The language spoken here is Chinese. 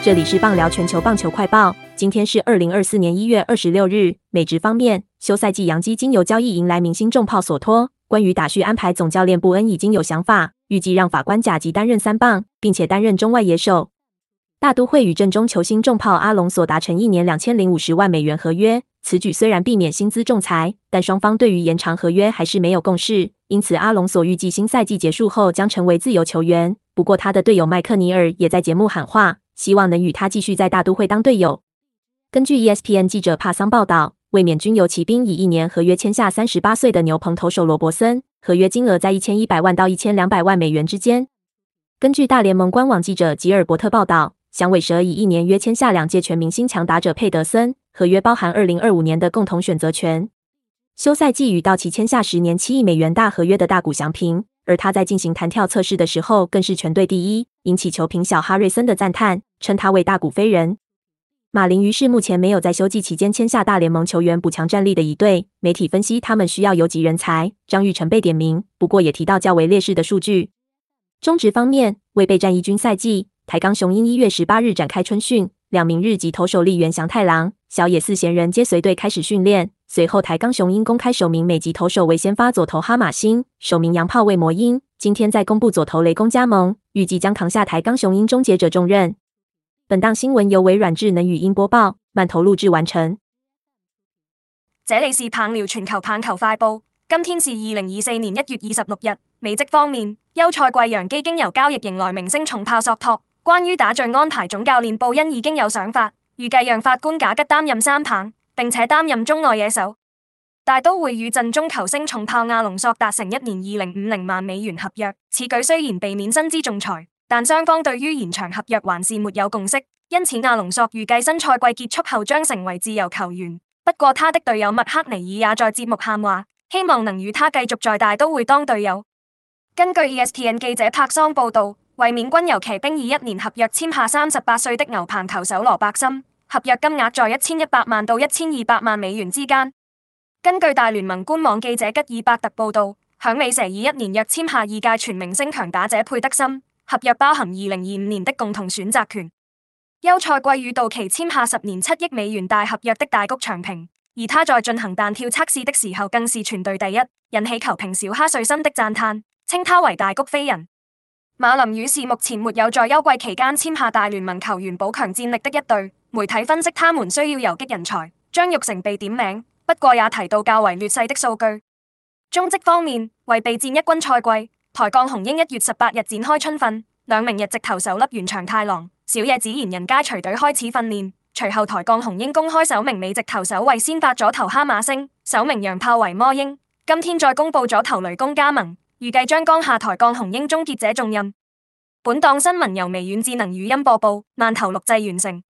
这里是棒聊全球棒球快报，今天是2024年1月26日。美职方面，休赛季洋基经由交易迎来明星重炮索托。关于打序安排，总教练布恩已经有想法，预计让法官甲级担任3棒，并且担任中外野手。大都会与阵中球星重炮阿隆索达成1年$2050万合约，此举虽然避免薪资仲裁，但双方对于延长合约还是没有共识。因此，阿隆索预计新赛季结束后将成为自由球员。不过，他的队友麦克尼尔也在节目喊话，希望能与他继续在大都会当队友。根据 ESPN 记者帕桑报道，卫冕军游骑兵以1年合约签下38岁的牛棚投手罗伯森，合约金额在1100万到1200万美元之间。根据大联盟官网记者吉尔伯特报道，响尾蛇以1年约签下2届全明星强打者佩德森，合约包含2025年的共同选择权。休赛季与道奇签下10年7亿美元大合约的大谷翔平，而他在进行弹跳测试的时候更是全队第一，引起球评小哈瑞森的赞叹，称他为大谷飞人。马林鱼是目前没有在休季期间签下大联盟球员补强战力的一队，媒体分析他们需要游击人才，张育成被点名，不过也提到较为劣势的数据。中职方面，为备战一军赛季，台钢雄鹰1月18日展开春训，2名日籍投手立原祥太郎、小野寺贤人皆随队开始训练。随后，台钢雄鹰公开首名美籍投手为先发左投哈马星，首名洋炮为魔鹰。今天再公布左投雷公加盟，预计将扛下台钢雄鹰终结者重任。本档新闻由微软智能语音播報，慢投錄製完成。 這裡是棒聊全球棒球快報，今天是2024年1月26日。美職方面，休賽季洋基經由交易迎來明星重炮索托。關於打序安排，總教練布恩已經有想法，預計讓法官賈吉擔任3棒，並且擔任中外野手。大都會與陣中球星重炮亞隆索達成1年2050萬美元合約，此舉雖然避免薪資仲裁，但雙方對於延長合約還是沒有共識，因此亞隆索預計新賽季結束後將成為自由球員。不過他的隊友麥克尼爾也在節目喊話，希望能與他繼續在大都會當隊友。根據 ESPN 記者帕桑報道，衛冕軍遊騎兵以1年合約簽下38歲的牛棚投手羅伯森，合約金額在1100萬到1200萬美元之間。根據大聯盟官網記者吉爾伯特報道，響尾蛇以1年約簽下2屆全明星強打者佩德森，合約包含2025年的共同選擇權。休賽季與道奇簽下10年7億美元大合約的大谷翔平，而他在進行彈跳測試的時候更是全隊第一，引起球評小哈瑞森的讚嘆，稱他為大谷飛人。馬林魚是目前沒有在休季期間簽下大聯盟球員補強戰力的一隊，媒體分析他們需要游擊人才，張育成被點名，不過也提到較為劣勢的數據。中職方面，為備戰一軍賽季，台鋼雄鷹1月18日展開春訓，2名日籍投手笠原長太郎、小野子賢人皆隨隊開始訓練。隨後台鋼雄鷹公開首名美籍投手為先發左投哈馬星，首名洋炮為魔鷹。今天再公布左投雷公加盟，預計將扛下台鋼雄鷹終結者重任。本檔新聞由微軟智能語音播報，慢投錄製完成。